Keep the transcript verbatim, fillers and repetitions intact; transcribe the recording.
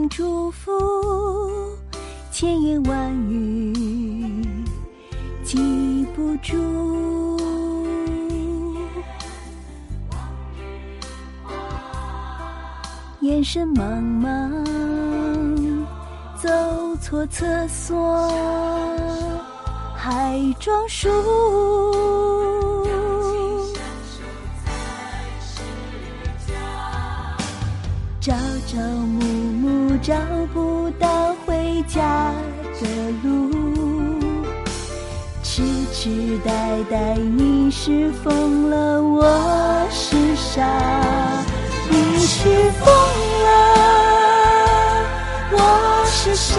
祝福，千言万语记不住。眼神茫茫，走错厕所，还装熟。朝朝暮暮找不到回家的路，痴痴呆呆你是疯了，我是傻。你是疯了，我是傻，